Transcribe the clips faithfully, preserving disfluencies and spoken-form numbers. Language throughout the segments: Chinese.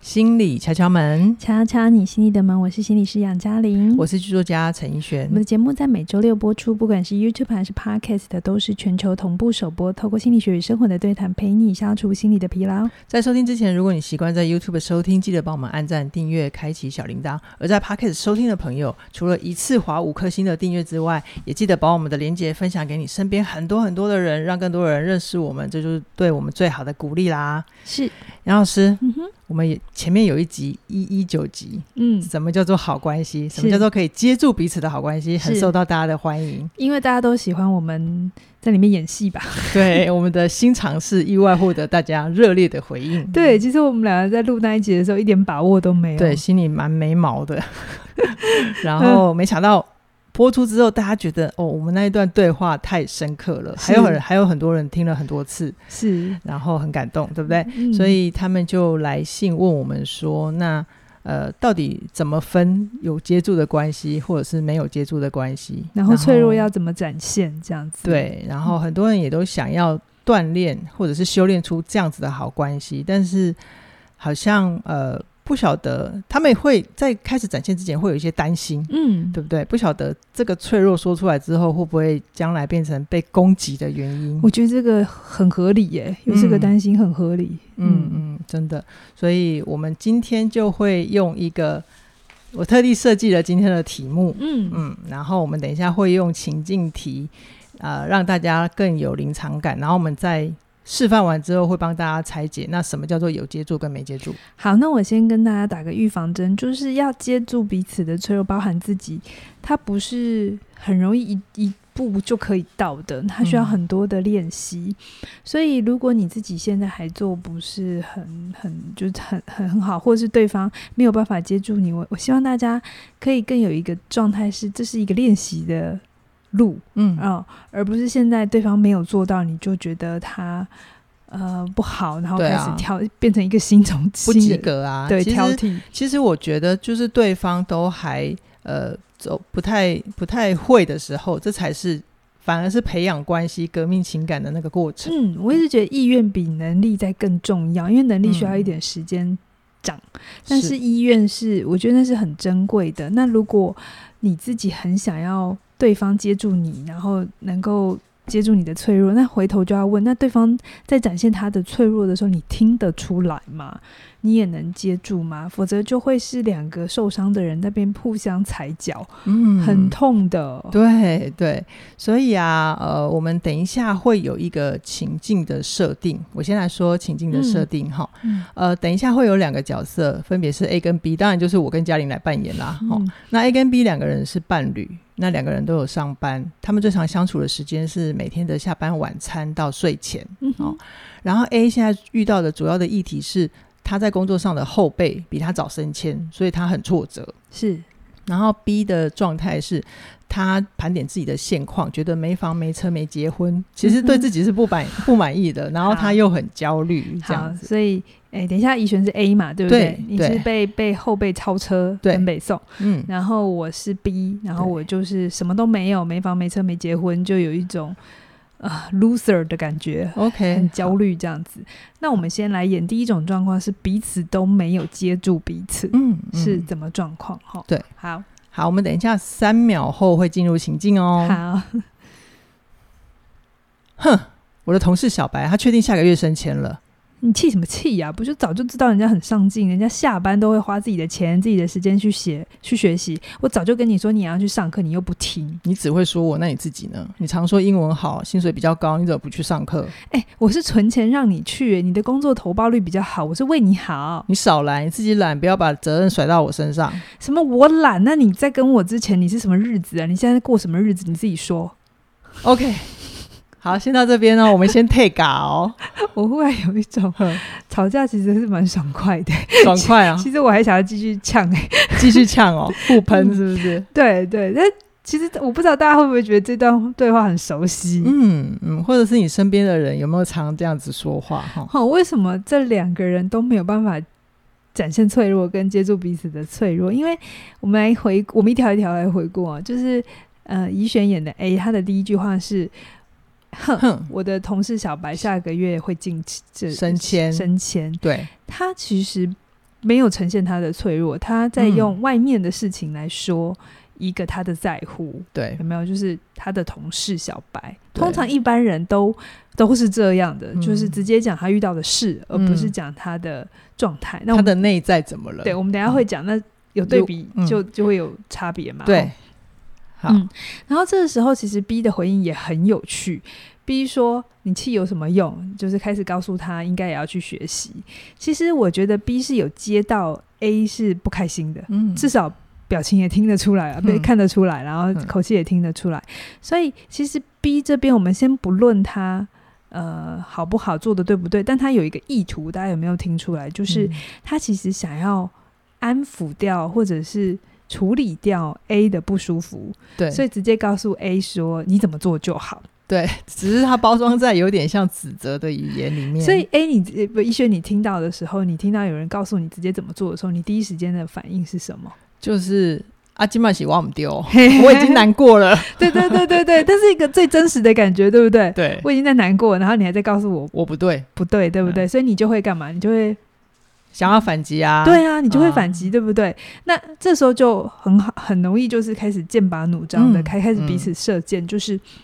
心理敲敲门， 敲敲你心里的门。我是心理师杨嘉玲， 我是剧作家陈奕璇。 我们的节目在每周六播出，不管是 YouTube 还是 Podcast 都是全球同步首播，透过心理学与生活的对谈，陪你消除心理的疲劳。 在收听之前，如果你习惯在 YouTube 收听，记得帮我们按赞订阅开启小铃铛。而在 Podcast 收听的朋友，除了一次划五颗星的订阅之外，也记得把我们的连结分享给你身边很多很多的人，让更多人认识我们，这就是对我们最好的鼓励啦。 是杨老师、 嗯、哼我们也前面有一集一一九集， 嗯， 什么叫做好关系，什么叫做可以接住彼此的好关系，很受到大家的欢迎， 因为大家都喜欢我们在里面演戏吧。 对，我们的新尝试意外获得大家热烈的回应。 对，其实我们两个在录那一集的时候一点把握都没有， 对，心里蛮没毛的然后没想到播出之后大家觉得哦，我们那一段对话太深刻了，还有很还有很多人听了很多次， 是， 然后很感动，对不对、嗯、所以他们就来信问我们说，那呃，到底怎么分有接触的关系或者是没有接触的关系， 然后脆弱要怎么展现这样子。 对，然后很多人也都想要锻炼或者是修炼出这样子的好关系，但是好像呃不晓得他们会在开始展现之前会有一些担心，嗯，对不对？不晓得这个脆弱说出来之后会不会将来变成被攻击的原因。 我觉得这个很合理耶，有这个担心很合理。 嗯 嗯, 嗯，真的。所以我们今天就会用一个，我特地设计了今天的题目，嗯嗯，然后我们等一下会用情境题，呃，让大家更有临场感，然后我们再示范完之后会帮大家拆解那什么叫做有接住跟没接住。好， 那我先跟大家打个预防针，就是要接住彼此的脆弱，包含自己，它不是很容易一一步就可以到的，它需要很多的练习、嗯、所以如果你自己现在还做不是很很就是很很很好，或者是对方没有办法接住你，我我希望大家可以更有一个状态是这是一个练习的路，嗯、哦，而不是现在对方没有做到你就觉得他呃不好，然后开始挑、啊、变成一个新种不及格啊， 对，挑剔。 其实我觉得就是对方都还呃走不太不太会的时候，这才是反而是培养关系革命情感的那个过程。 嗯，我一直觉得意愿比能力在更重要，因为能力需要一点时间长、嗯、但是意愿是我觉得那是很珍贵的。那如果你自己很想要对方接住你，然后能够接住你的脆弱，那回头就要问，那对方在展现他的脆弱的时候你听得出来吗？你也能接住吗？否则就会是两个受伤的人那边互相踩脚，嗯，很痛的。 对对，所以啊呃，我们等一下会有一个情境的设定，我先来说情境的设定哈、嗯，呃，等一下会有两个角色，分别是 A 跟 B， 当然就是我跟嘉玲来扮演啦、嗯哦、那 A 跟 B 两个人是伴侣，那两个人都有上班，他们最常相处的时间是每天的下班晚餐到睡前、嗯哦、然后 A 现在遇到的主要的议题是他在工作上的后辈比他早升迁，所以他很挫折，是。然后 B 的状态是他盘点自己的现况，觉得没房没车没结婚，其实对自己是不满、嗯、不满意的，然后他又很焦虑这样子。 所以诶，等一下怡璇是 A 嘛，对不 对, 对你是被被后辈超车跟北宋，嗯，然后我是 B， 然后我就是什么都没有，没房没车没结婚，就有一种呃、loser 的感觉 ，OK， 很焦虑这样子。那我们先来演第一种状况，是彼此都没有接住彼此，嗯，是怎么状况？哈， 对， 好， 好，我们等一下三秒后会进入情境哦。 好， 哼，我的同事小白，他确定下个月升迁了。 你气什么气呀、啊？不就早就知道人家很上进，人家下班都会花自己的钱、自己的时间去写、去学习。我早就跟你说你要去上课，你又不听。 你只会说我，那你自己呢？你常说英文好，薪水比较高，你怎么不去上课？ 哎、欸，我是存钱让你去，你的工作投报率比较好，我是为你好。 你少来，你自己懒，不要把责任甩到我身上。 什么我懒？那你在跟我之前你是什么日子啊？你现在过什么日子？你自己说。 OK。好，先到这边哦，我们先退稿哦。 我忽然有一种吵架其实是蛮爽快的， 爽快啊！ 其实我还想要继续呛哎， 继续呛哦，互喷是不是？ 对对，但其实我不知道大家会不会觉得这段对话很熟悉， 嗯嗯，或者是你身边的人有没有常这样子说话哈、 哦？为什么这两个人都没有办法展现脆弱跟接住彼此的脆弱？因为我们来回，我们一条一条来回顾啊，就是呃，怡璇演的 A， 他的第一句话是。哼，我的同事小白下个月会进升迁， 升迁， 升迁。 对， 他其实没有呈现他的脆弱，他在用外面的事情来说一个他的在乎， 对， 有没有？就是他的同事小白，通常一般人都都是这样的，嗯、就是直接讲他遇到的事，而不是讲他的状态。嗯、那他的内在怎么了？ 对，我们等一下会讲。嗯、那有对比就、嗯、就会有差别嘛？ 对，好、 嗯。然后这个时候，其实 B 的回应也很有趣。B 说：“你气有什么用？”就是开始告诉他应该也要去学习。其实我觉得 B 是有接到 A 是不开心的，嗯，至少表情也听得出来啊，被看得出来，然后口气也听得出来。嗯、所以其实 B 这边我们先不论他呃好不好，做的对不对，但他有一个意图，大家有没有听出来？就是他其实想要安抚掉或者是处理掉 A 的不舒服，对，所以直接告诉 A 说你怎么做就好。 对，只是它包装在有点像指责的语言里面。 所以 A 你一轩你听到的时候，你听到有人告诉你直接怎么做的时候，你第一时间的反应是什么？ 就是啊今晚洗我不丢我已经难过了对对对对对，但是一个最真实的感觉，对不对？ 对， 我已经在难过，然后你还在告诉我我不对不对，对不对？嗯、所以你就会干嘛？你就会想要反击啊， 对啊，你就会反击、嗯、对不对？那这时候就很好，很容易就是开始剑拔弩张的、嗯、开开始彼此射箭、嗯、就是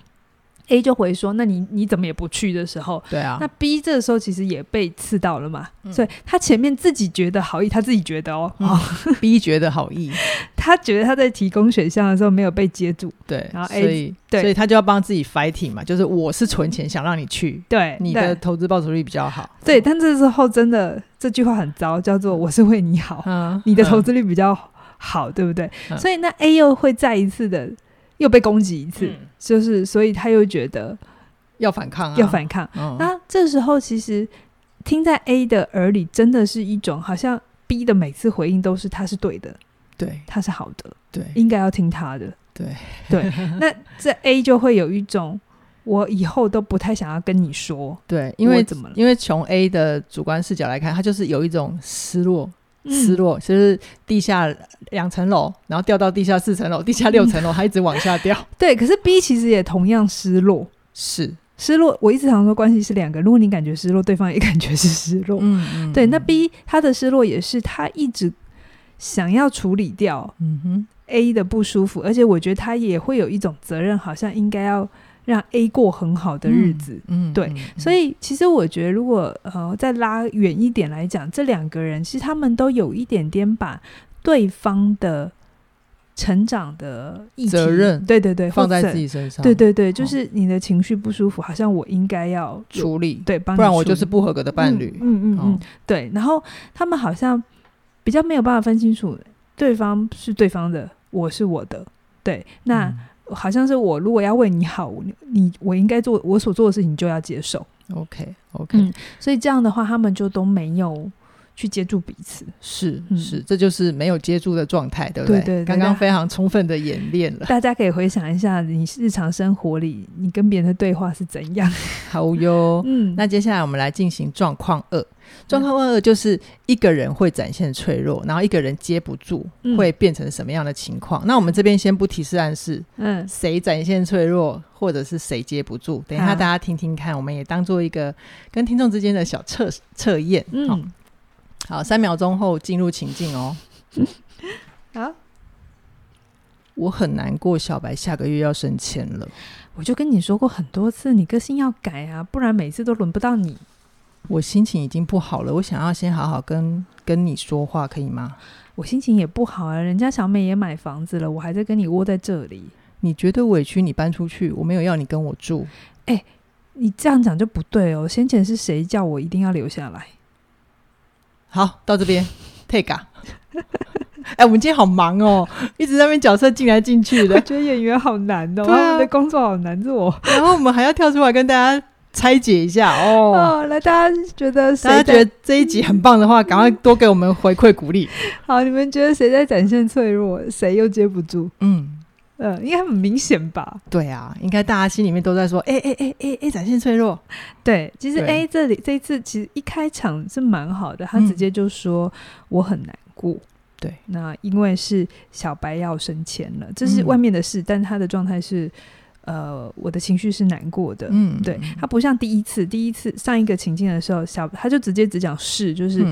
A 就回说那你你怎么也不去的时候， 对啊， 那 B 这个时候其实也被刺到了嘛、嗯、所以他前面自己觉得好意，他自己觉得哦、嗯、 B 觉得好意他觉得他在提供选项的时候没有被接住， 对， 然后 A 所以对，所以他就要帮自己 fighting 嘛，就是我是存钱想让你去， 对， 你的投资报酬率比较好， 对，但这时候真的这句话很糟，叫做我是为你好、嗯、你的投资率比较好、嗯、对不对、嗯、所以那 A 又会再一次的又被攻击一次、嗯、就是所以他又觉得要反抗啊， 要反抗、嗯、那这时候其实听在 A 的耳里真的是一种好像 B 的每次回应都是他是对的，对，他是好的，对，应该要听他的，对对那这 A 就会有一种我以后都不太想要跟你说， 对，因为怎么了？因为从 A 的主观视角来看，他就是有一种失落失落、嗯、就是地下两层楼然后掉到地下四层楼地下六层楼、嗯、还一直往下掉对，可是 B 其实也同样失落， 是失落，我一直常说关系是两个，如果你感觉失落对方也感觉是失落，嗯嗯对，那 B 他的失落也是他一直想要处理掉 A 的不舒服、嗯、而且我觉得他也会有一种责任，好像应该要让 A 过很好的日子，嗯，嗯对、嗯，所以其实我觉得如果呃再拉远一点来讲，这两个人其实他们都有一点点把对方的成长的议题责任， 对对对， 放在自己身上， 对对对，就是你的情绪不舒服、哦、好像我应该要处理， 对，帮你处理， 不然我就是不合格的伴侣， 嗯嗯嗯, 嗯、哦、对，然后他们好像比较没有办法分清楚对方是对方的，我是我的，对，那、嗯好像是我如果要为你好，你我应该做我所做的事情就要接受 OK OK、 嗯、所以这样的话他们就都没有去接住彼此， 是、嗯、是，这就是没有接住的状态，对不对？对对对，刚刚非常充分的演练了， 大家可以回想一下你日常生活里你跟别人的对话是怎样。 好哟、嗯、那接下来我们来进行状况二。状况二就是一个人会展现脆弱，然后一个人接不住、嗯、会变成什么样的情况。那我们这边先不提示暗示嗯，谁展现脆弱或者是谁接不住，等一下大家听听看，我们也当做一个跟听众之间的小测测验。嗯、哦，好，三秒钟后进入情境哦。 好， 我很难过，小白下个月要升迁了。 我就跟你说过很多次，你个性要改啊，不然每次都轮不到你。 我心情已经不好了，我想要先好好跟跟你说话，可以吗？ 我心情也不好啊，人家小美也买房子了，我还在跟你窝在这里。 你觉得委屈，你搬出去，我没有要你跟我住。 哎、欸，你这样讲就不对哦，先前是谁叫我一定要留下来？ 好，到这边 take 啊。哎、欸，我们今天好忙哦，一直在那边角色进来进去的， 我觉得演员好难哦，他们的工作好难做， 然后我们还要跳出来跟大家拆解一下 哦, 哦来，大家觉得谁大家觉得这一集很棒的话，赶快多给我们回馈鼓励。 好，你们觉得谁在展现脆弱，谁又接不住？嗯呃，应该很明显吧？ 对啊，应该大家心里面都在说，哎哎哎哎哎，展现脆弱。 对，其实 A 这里这一次其实一开场是蛮好的，他直接就说、嗯、我很难过。对，那因为是小白要升迁了，这是外面的事，嗯、但他的状态是。呃，我的情绪是难过的，嗯，对，他不像第一次，第一次上一个情境的时候，小他就直接只讲是，就是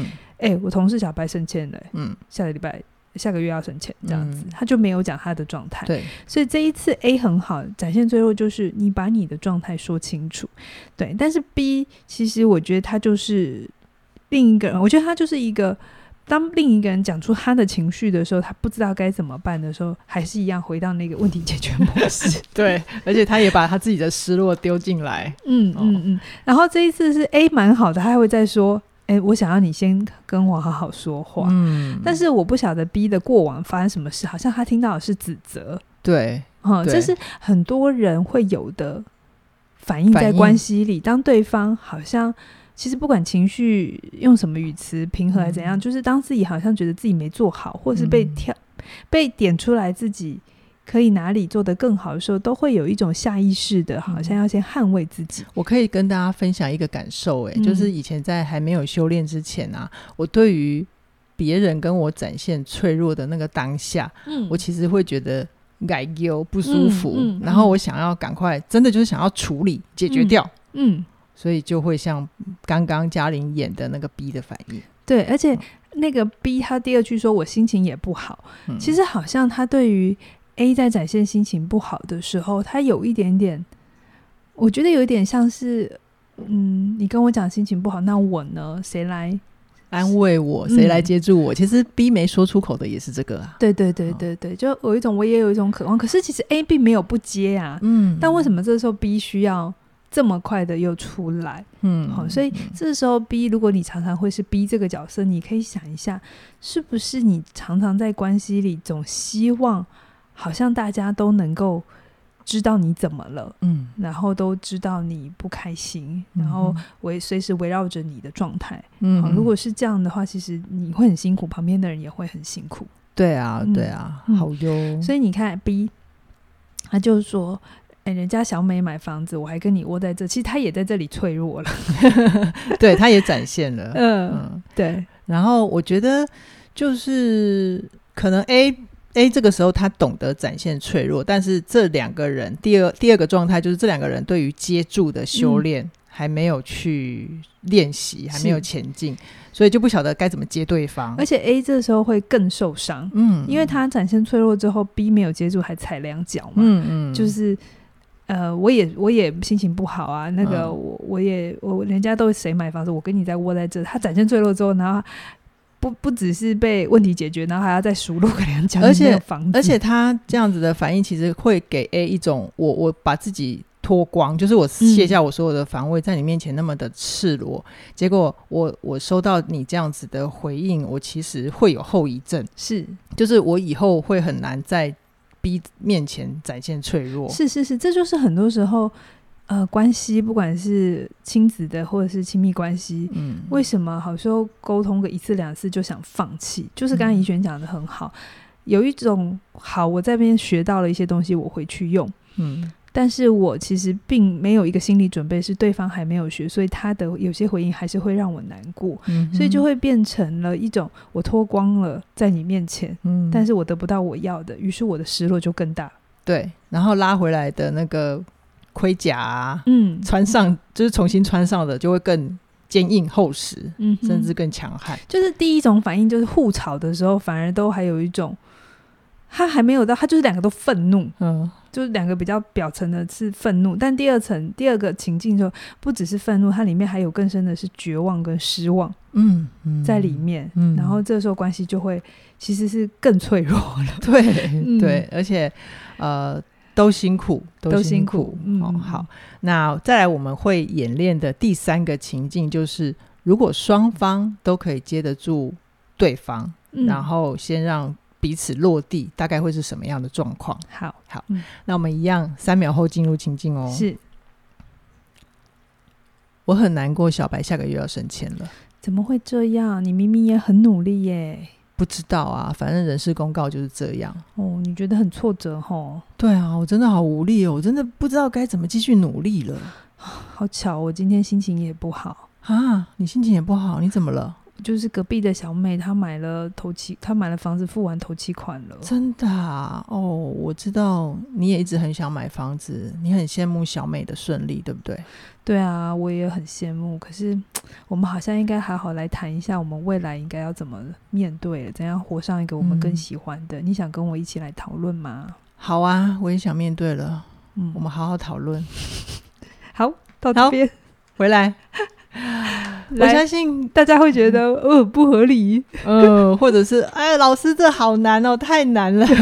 哎、欸，我同事小白升迁了、欸， 嗯， 下个礼拜下个月要升迁这样子、嗯，他就没有讲他的状态。 对， 所以这一次 A 很好，展现最后就是你把你的状态说清楚。对，但是 B 其实我觉得他就是另一个人，我觉得他就是一个。当另一个人讲出他的情绪的时候，他不知道该怎么办的时候，还是一样回到那个问题解决模式。 对，而且他也把他自己的失落丢进来。 嗯嗯嗯。然后这一次是 A 蛮好的，他还会再说：“哎、欸，我想要你先跟我好好说话。”嗯。但是我不晓得 B 的过往发生什么事，好像他听到的是指责。 对。 嗯，这是很多人会有的反应在关系里，当对方好像。其实不管情绪用什么语词平和还是怎样、嗯、就是当自己好像觉得自己没做好，或是被跳、嗯、被点出来自己可以哪里做得更好的时候，都会有一种下意识的好像要先捍卫自己、嗯、 我可以跟大家分享一个感受、欸嗯、就是以前在还没有修炼之前啊，我对于别人跟我展现脆弱的那个当下、嗯、我其实会觉得改忧不舒服、嗯嗯、然后我想要赶快真的就是想要处理解决掉。嗯, 嗯所以就会像刚刚嘉玲演的那个 B 的反应。 对，而且那个 B 他第二句说我心情也不好、嗯、其实好像他对于 A 在展现心情不好的时候，他有一点点，我觉得有一点像是嗯，你跟我讲心情不好，那我呢谁来安慰我，谁来接住我、嗯、其实 B 没说出口的也是这个啊。 对对对对对、哦、就有一种我也有一种渴望，可是其实 A 并没有不接啊。嗯，但为什么这时候 B 需要这么快的又出来？嗯，好，所以这时候 B 如果你常常会是 B 这个角色，你可以想一下，是不是你常常在关系里总希望好像大家都能够知道你怎么了，嗯，然后都知道你不开心，然后围随时围绕着你的状态。嗯，好，如果是这样的话，其实你会很辛苦，旁边的人也会很辛苦。 对啊，对啊，嗯、好哟。 所以你看 B， 他就说。欸、人家小美买房子，我还跟你窝在这，其实他也在这里脆弱了。 对，他也展现了。 嗯, 嗯，对。 然后我觉得就是可能 A A 这个时候他懂得展现脆弱，但是这两个人第二第二个状态就是这两个人对于接住的修炼、嗯、还没有去练习，还没有前进，所以就不晓得该怎么接对方。 而且 A 这时候会更受伤，嗯，因为他展现脆弱之后 B 没有接住还踩两脚嘛，嗯嗯，就是呃，我也我也心情不好啊，那个我、嗯、我也我人家都谁买房子，我跟你在窝在这，他展现脆弱之后，然后不不只是被问题解决，然后还要再数落给人家，而且房子， 而且他这样子的反应其实会给 A 一种我我把自己脱光，就是我卸下我所有的防卫、嗯、在你面前那么的赤裸，结果我我收到你这样子的回应，我其实会有后遗症，是就是我以后会很难在 B 面前展现脆弱。 是是是，这就是很多时候呃，关系不管是亲子的或者是亲密关系、嗯、为什么好时候沟通个一次两次就想放弃，就是刚才怡璇讲的很好、嗯、有一种好我在那边学到了一些东西我回去用，嗯，但是我其实并没有一个心理准备是对方还没有学，所以他的有些回应还是会让我难过、嗯、所以就会变成了一种我脱光了在你面前、嗯、但是我得不到我要的，于是我的失落就更大。 对，然后拉回来的那个盔甲啊，嗯，穿上就是重新穿上的就会更坚硬厚实、嗯、甚至更强悍。 就是第一种反应就是互吵的时候反而都还有一种他还没有到，他就是两个都愤怒，嗯，就是两个比较表层的是愤怒，但第二层第二个情境就不只是愤怒，它里面还有更深的是绝望跟失望，嗯，嗯在里面、嗯、然后这时候关系就会其实是更脆弱了。 对、嗯、对，而且呃都辛苦都辛苦, 都辛苦、嗯哦、好，那再来我们会演练的第三个情境就是如果双方都可以接得住对方、嗯、然后先让彼此落地，大概会是什么样的状况？ 好好、嗯、那我们一样三秒后进入情境哦。 是， 我很难过小白下个月要升迁了。 怎么会这样？你明明也很努力耶。 不知道啊，反正人事公告就是这样。 哦，你觉得很挫折齁？ 对啊，我真的好无力哦，我真的不知道该怎么继续努力了。 好巧，我今天心情也不好啊。你心情也不好？你怎么了？ 就是隔壁的小美，她买了头期，她买了房子，付完头期款了。 真的啊？哦，我知道你也一直很想买房子，你很羡慕小美的顺利，对不对？ 对啊，我也很羡慕。可是我们好像应该好好来谈一下，我们未来应该要怎么面对，怎样活上一个我们更喜欢的。嗯、你想跟我一起来讨论吗？好啊，我也想面对了。嗯，我们好好讨论。 好，到这边回来。我相信大家会觉得呃不合理， 呃，或者是哎，老师这好难哦，太难了。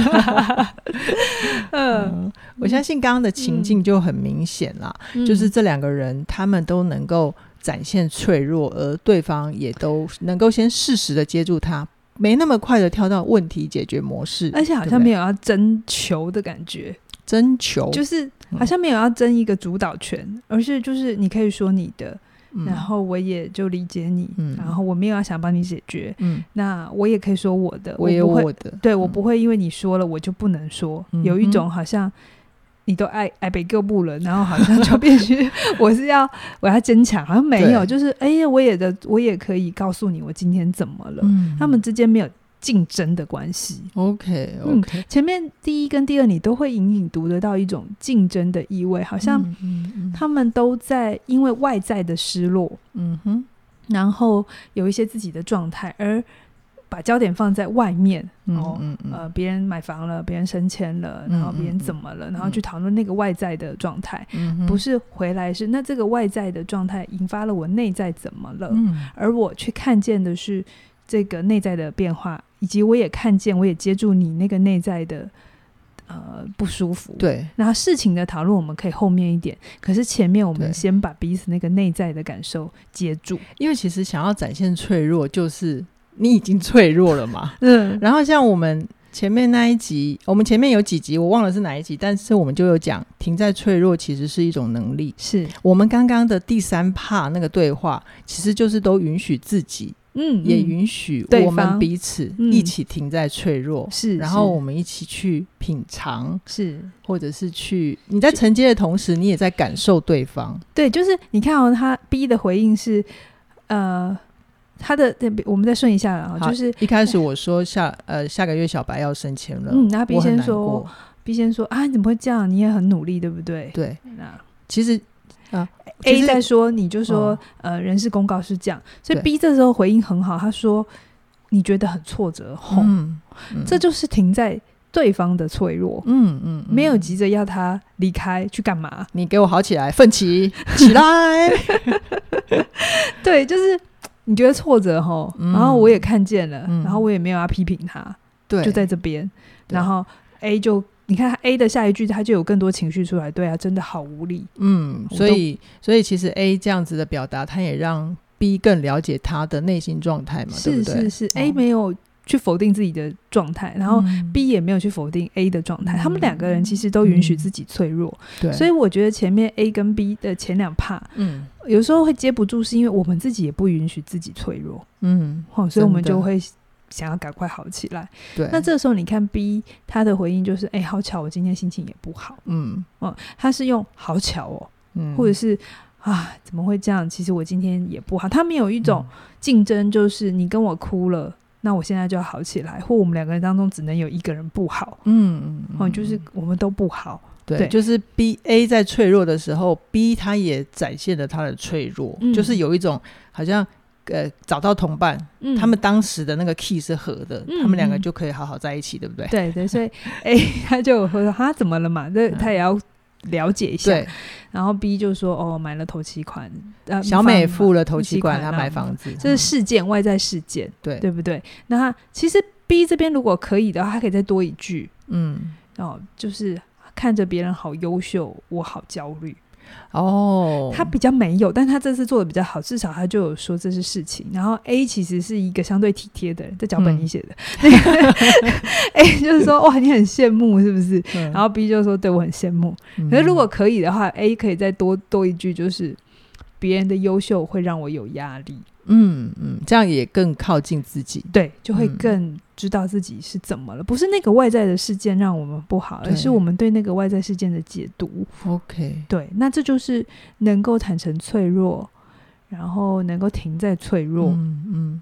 嗯，我相信刚刚的情境就很明显啦，嗯、就是这两个人他们都能够展现脆弱，而对方也都能够先适时的接住他，没那么快的跳到问题解决模式， 而且好像没有要争球的感觉， 争球就是好像没有要争一个主导权，嗯、而是就是你可以说你的。嗯、然后我也就理解你、嗯、然后我没有要想帮你解决、嗯、那我也可以说我的， 我也有我的， 对、嗯、我不会因为你说了我就不能说、嗯、有一种好像你都爱爱北各部了，然后好像就变成我是要我要坚强，好像没有，就是哎呀，我也的我也可以告诉你我今天怎么了、嗯、他们之间没有竞争的关系。 OK OK、 嗯、前面第一跟第二你都会隐隐读得到一种竞争的意味，好像他们都在因为外在的失落，嗯哼，然后有一些自己的状态，而把焦点放在外面，嗯嗯嗯呃，别人买房了，别人升迁了，然后别人怎么了，嗯嗯嗯然后去讨论那个外在的状态、嗯、不是回来是那这个外在的状态引发了我内在怎么了、嗯、而我去看见的是这个内在的变化，以及我也看见我也接住你那个内在的呃不舒服。 对， 然后事情的讨论我们可以后面一点，可是前面我们先把彼此那个内在的感受接住， 因为其实想要展现脆弱就是你已经脆弱了嘛。嗯，然后像我们前面那一集，我们前面有几集我忘了是哪一集，但是我们就有讲停在脆弱其实是一种能力。是我们刚刚的第三 part 那个对话其实就是都允许自己嗯，也允许我们彼此一起停在脆弱，是、嗯，然后我们一起去品尝，是，或者是去你在承接的同时你也在感受对方。 对，就是你看哦，他 B 的回应是呃他的我们再顺一下了，就是一开始我说下呃下个月小白要升迁了， 嗯，然后 B 先说 B 先说啊，你怎么会这样，你也很努力对不对？ 对，那其实啊 A 在说你就说、嗯、呃人事公告是这样，所以 B 这时候回应很好，他说你觉得很挫折、嗯嗯、这就是停在对方的脆弱，嗯 嗯, 嗯，没有急着要他离开去干嘛， 你给我好起来，奋起起来对，就是你觉得挫折齁、嗯、然后我也看见了、嗯、然后我也没有要批评他，对，就在这边，然后 A 就你看 A 的下一句他就有更多情绪出来，对啊，真的好无力。 嗯，所以所以其实 A 这样子的表达他也让 B 更了解他的内心状态嘛， 是对不对？ 是是、哦、A 没有去否定自己的状态，然后 B 也没有去否定 A 的状态、嗯、他们两个人其实都允许自己脆弱、嗯、对，所以我觉得前面 A 跟 B 的前两 part 嗯，有时候会接不住，是因为我们自己也不允许自己脆弱，嗯、哦、所以我们就会想要赶快好起来。对，那这个时候你看 B 他的回应就是哎、欸，好巧我今天心情也不好，嗯嗯，他是用好巧哦、嗯、或者是啊怎么会这样，其实我今天也不好，他没有一种竞争，就是你跟我哭了那我现在就要好起来，或我们两个人当中只能有一个人不好，嗯嗯、哦，就是我们都不好。 对, 对，就是 B A 在脆弱的时候 B 他也展现了他的脆弱、嗯、就是有一种好像呃找到同伴、嗯、他们当时的那个 key 是合的、嗯、他们两个就可以好好在一起、嗯、对不对？ 对对，所以 A 他就会说他怎么了嘛，这他也要了解一下、嗯、然后 B 就说哦买了头期款、呃、 小美付了头期款，他买房子， 这是事件、嗯、外在事件，对对不对？那他其实 B 这边如果可以的话，他可以再多一句，嗯哦，就是看着别人好优秀我好焦虑哦，他比较没有，但他这次做的比较好，至少他就有说这是事情。然后 A 其实是一个相对体贴的人，这脚本你写的、嗯、A 就是说哇你很羡慕是不是、嗯、然后 B 就说对我很羡慕、嗯、可是如果可以的话 A 可以再多多一句，就是别人的优秀会让我有压力， 嗯嗯，这样也更靠近自己， 对，就会更知道自己是怎么了、嗯、不是那个外在的事件让我们不好，而是我们对那个外在事件的解读。 OK， 对，那这就是能够坦诚脆弱，然后能够停在脆弱，嗯嗯，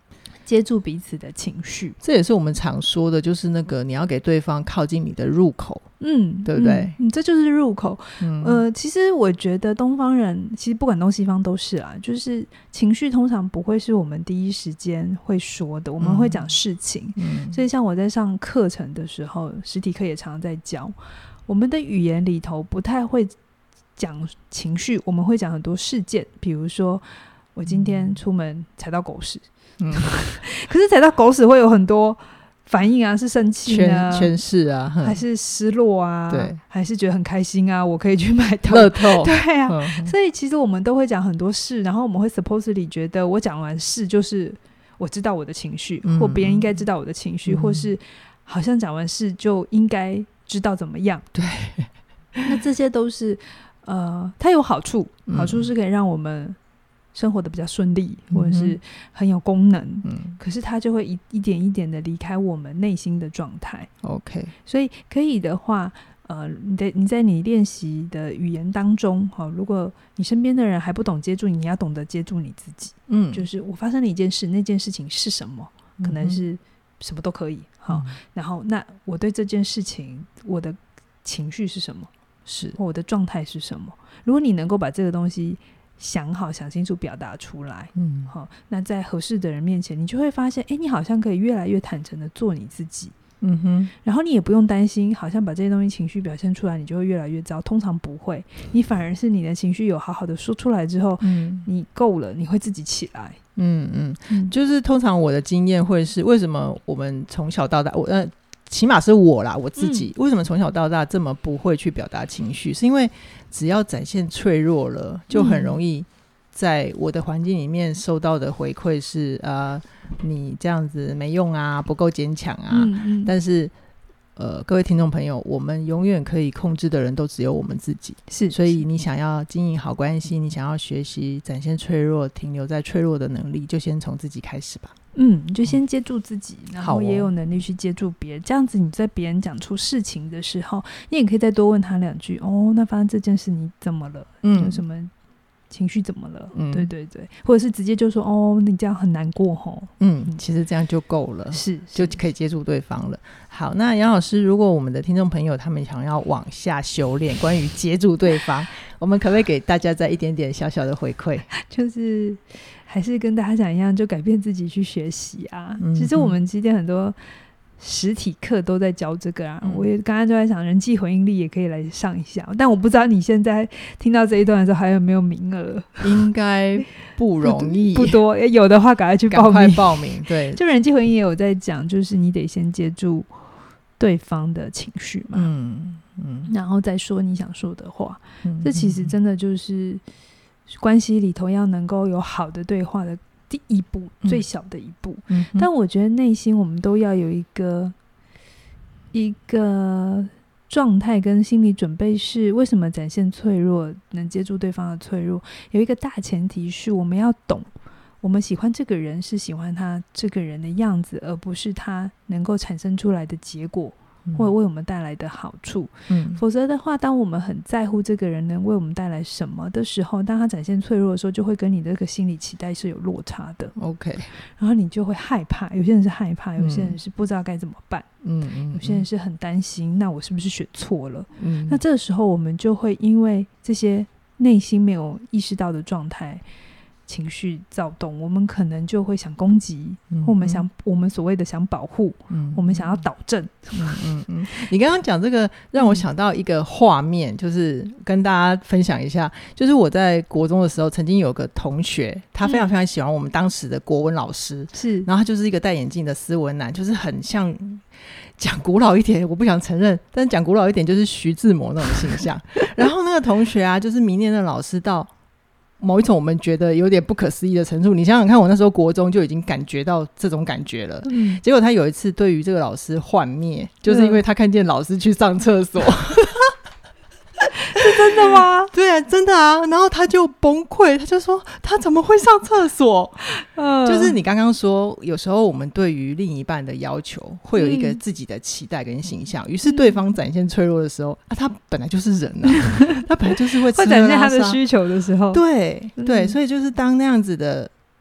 接住彼此的情绪。 这也是我们常说的，就是那个你要给对方靠近你的入口， 嗯， 对不对？ 嗯，这就是入口。 嗯、 呃，其实我觉得东方人，其实不管东西方都是啊，就是情绪通常不会是我们第一时间会说的，我们会讲事情。嗯，所以像我在上课程的时候，实体课也常常在教，我们的语言里头不太会讲情绪，我们会讲很多事件，比如说我今天出门踩到狗屎。嗯，可是踩到狗屎会有很多反应啊，是生气啊， 诠释啊， 还是失落啊， 对， 还是觉得很开心啊，我可以去买到乐透， 对啊、嗯，所以其实我们都会讲很多事，然后我们会 supposedly 觉得我讲完事就是我知道我的情绪、嗯、或别人应该知道我的情绪、嗯、或是好像讲完事就应该知道怎么样， 对， 那这些都是呃，它有好处，好处是可以让我们生活的比较顺利，或者是很有功能、嗯、可是它就会 一, 一点一点的离开我们内心的状态。 OK， 所以可以的话呃，你, 的你在你练习的语言当中、哦、如果你身边的人还不懂接住你，你要懂得接住你自己。嗯，就是我发生了一件事，那件事情是什么，可能是什么都可以、哦嗯、然后那我对这件事情我的情绪是什么，是或我的状态是什么，如果你能够把这个东西想好想清楚表达出来，嗯，好，那在合适的人面前你就会发现哎，你好像可以越来越坦诚的做你自己，嗯哼，然后你也不用担心好像把这些东西情绪表现出来你就会越来越糟，通常不会，你反而是你的情绪有好好的说出来之后，嗯，你够了你会自己起来。 嗯 嗯, 嗯就是通常我的经验会是为什么我们从小到大我呃起码是我啦我自己、嗯、为什么从小到大这么不会去表达情绪，是因为只要展现脆弱了就很容易在我的环境里面收到的回馈是呃，你这样子没用啊，不够坚强啊、嗯嗯、但是呃，各位听众朋友，我们永远可以控制的人都只有我们自己，是，所以你想要经营好关系，你想要学习展现脆弱，停留在脆弱的能力，就先从自己开始吧。 嗯，你就先接住自己、嗯、然后也有能力去接住别人、哦、这样子你在别人讲出事情的时候，你也可以再多问他两句，哦，那发生这件事你怎么了，嗯，有什么情绪怎么了、嗯、对对对，或者是直接就说哦你这样很难过吼， 嗯，其实这样就够了，是，就可以接住对方了。好，那杨老师，如果我们的听众朋友他们想要往下修炼关于接住对方我们可不可以给大家再一点点小小的回馈？就是还是跟大家讲一样，就改变自己去学习啊、嗯、其实我们今天很多实体课都在教这个啊、嗯、我也刚刚就在想人际回应力也可以来上一下，但我不知道你现在听到这一段的时候还有没有名额， 应该不容易不, 不多，有的话赶快去报名， 赶快报名。对， 就人际回应也有在讲，就是你得先接住对方的情绪嘛，嗯嗯，然后再说你想说的话、嗯、这其实真的就是关系里头要能够有好的对话的第一步、嗯、最小的一步、嗯、但我觉得内心我们都要有一个一个状态跟心理准备，是为什么展现脆弱能接住对方的脆弱，有一个大前提是我们要懂我们喜欢这个人是喜欢他这个人的样子，而不是他能够产生出来的结果或者为我们带来的好处、嗯、否则的话当我们很在乎这个人能为我们带来什么的时候，当他展现脆弱的时候就会跟你的这个心理期待是有落差的。 OK， 然后你就会害怕，有些人是害怕，有些人是不知道该怎么办，嗯嗯，有些人是很担心那我是不是选错了，嗯，那这个时候我们就会因为这些内心没有意识到的状态情绪躁动，我们可能就会想攻击、嗯、或我们想我们所谓的想保护、嗯、我们想要导正。 嗯嗯嗯，你刚刚讲这个让我想到一个画面、嗯、就是跟大家分享一下，就是我在国中的时候曾经有个同学，他非常非常喜欢我们当时的国文老师，是、嗯，然后他就是一个戴眼镜的斯文男，就是很像讲古老一点我不想承认，但是讲古老一点就是徐志摩那种形象然后那个同学啊就是迷恋的老师到某一种我们觉得有点不可思议的程度，你想想看我那时候国中就已经感觉到这种感觉了、嗯、结果他有一次对于这个老师幻灭，就是因为他看见老师去上厕所、嗯是真的吗？ 对啊，真的啊，然后他就崩溃，他就说他怎么会上厕所、嗯、就是你刚刚说有时候我们对于另一半的要求会有一个自己的期待跟形象，于、嗯、是对方展现脆弱的时候啊，他本来就是人啊他本来就是会吃喝拉撒会展现他的需求的时候， 对对、嗯、所以就是当那样子的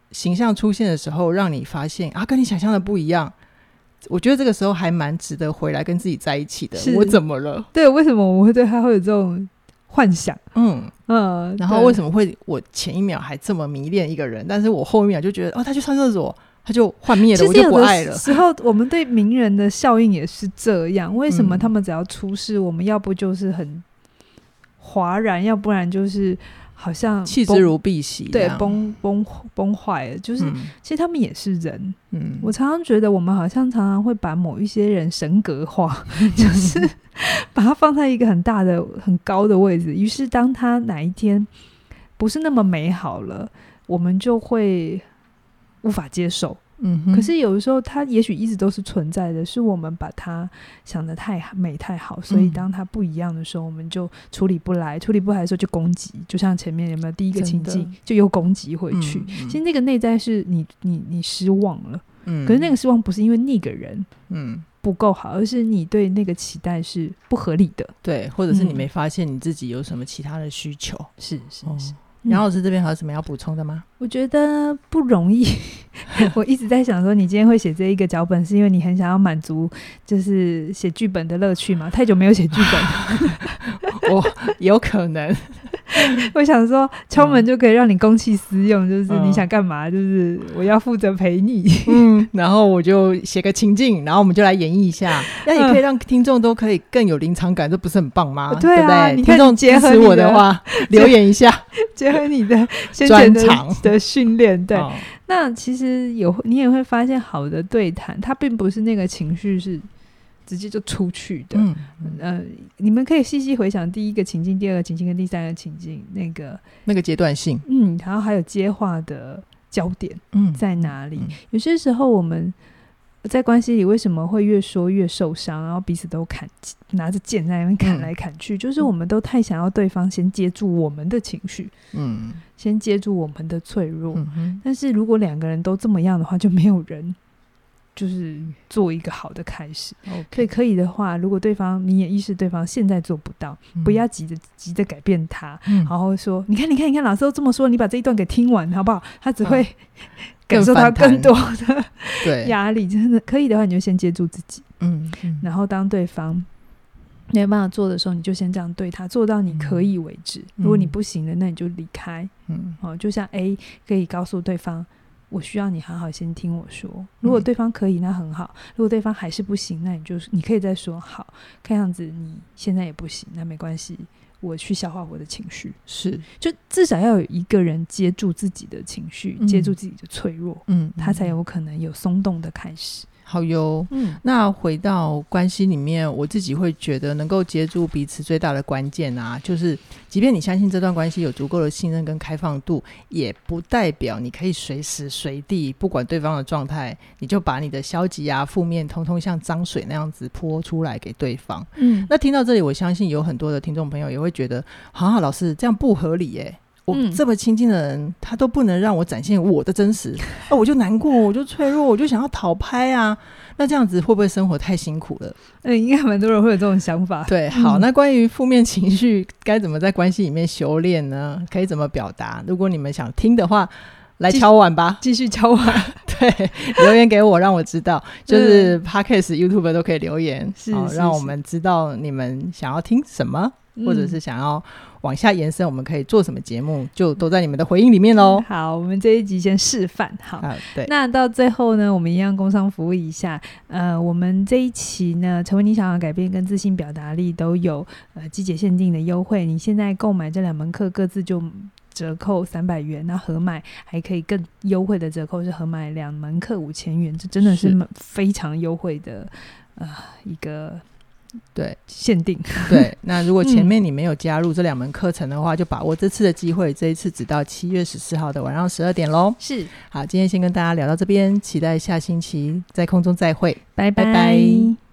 形象出现的时候让你发现啊跟你想象的不一样，我觉得这个时候还蛮值得回来跟自己在一起的。我怎么了？ 对，为什么我会对他会有这种幻想？嗯嗯，然后为什么会我前一秒还这么迷恋一个人，但是我后一秒就觉得哦他去上厕所他就幻灭了，我就不爱了。 其实有的时候我们对名人的效应也是这样，为什么他们只要出事、嗯、我们要不就是很哗然，要不然就是好像弃之如敝屣， 对，崩崩崩坏了。就是、嗯、其实他们也是人。嗯，我常常觉得我们好像常常会把某一些人神格化，就是把他放在一个很大的很高的位置，于是当他哪一天不是那么美好了，我们就会无法接受。嗯哼，可是有的时候它也许一直都是存在的，是我们把它想得太美太好，所以当它不一样的时候、嗯、我们就处理不来处理不来的时候就攻击，就像前面有没有第一个情境就又攻击回去、嗯嗯、其实那个内在是你你你失望了、嗯、可是那个失望不是因为那个人嗯不够好，而是你对那个期待是不合理的， 对，或者是你没发现你自己有什么其他的需求、嗯、 是是是、哦杨老师这边还有什么要补充的吗？ 我觉得不容易我一直在想说你今天会写这一个脚本是因为你很想要满足就是写剧本的乐趣吗？太久没有写剧本我有可能我想说敲门就可以让你公器私用、嗯、就是你想干嘛就是我要负责陪你嗯，然后我就写个情境，然后我们就来演绎一下，那也可以让听众都可以更有临场感，这不是很棒吗？ 对啊， 对不对？听众支持我的话留言一下结合你的先前的的训练，对、哦，那其实有你也会发现好的对谈它并不是那个情绪是直接就出去的、嗯呃、你们可以细细回想第一个情境第二个情境跟第三个情境那个那个阶段性， 嗯，然后还有接话的焦点在哪里、嗯嗯、有些时候我们在关系里为什么会越说越受伤，然后彼此都砍拿着剑在那边砍来砍去、嗯、就是我们都太想要对方先接住我们的情绪，嗯，先接住我们的脆弱、嗯、但是如果两个人都这么样的话就没有人就是做一个好的开始、okay. 所以可以的话如果对方你也意识对方现在做不到、嗯、不要急着急着改变他、嗯、然后说你看你看你看老师都这么说，你把这一段给听完好不好，他只会、嗯感受到更多的压力，真的可以的话你就先接住自己， 嗯, 嗯然后当对方没有办法做的时候你就先这样对他，做到你可以为止、嗯、如果你不行了那你就离开、嗯哦、就像 A 可以告诉对方我需要你好好先听我说，如果对方可以那很好，如果对方还是不行那你就你可以再说好，看样子你现在也不行那没关系，我去消化我的情绪，是就至少要有一个人接住自己的情绪、嗯、接住自己的脆弱，嗯，他才有可能有松动的开始。 好哟、嗯、那回到关系里面，我自己会觉得能够接住彼此最大的关键啊，就是即便你相信这段关系有足够的信任跟开放度，也不代表你可以随时随地不管对方的状态你就把你的消极啊负面通通像脏水那样子泼出来给对方。嗯，那听到这里我相信有很多的听众朋友也会觉得啊，老师这样不合理耶、欸，我这么亲近的人他都不能让我展现我的真实、啊、我就难过我就脆弱我就想要讨拍啊，那这样子会不会生活太辛苦了？ 嗯，应该蛮多人会有这种想法。 对，好、嗯、那关于负面情绪该怎么在关系里面修炼呢？可以怎么表达？如果你们想听的话来敲碗吧， 继续敲碗对，留言给我让我知道就是 Podcast、YouTube 都可以留言，是是是、哦、让我们知道你们想要听什么、嗯、或者是想要往下延伸我们可以做什么节目，就都在你们的回应里面咯、嗯、 好，我们这一集先示范好、啊、对，那到最后呢我们一样工商服务一下，呃，我们这一期呢成为你想要改变跟自信表达力都有呃季节限定的优惠，你现在购买这两门课各自就折扣三百元，那合买还可以更优惠的折扣是合买两门课五千元，这真的是非常优惠的呃一个对限定。 对，那如果前面你没有加入这两门课程的话、嗯、就把握这次的机会，这一次直到七月十四号的晚上十二点咯。是，好，今天先跟大家聊到这边，期待下星期在空中再会， 拜拜。 拜拜。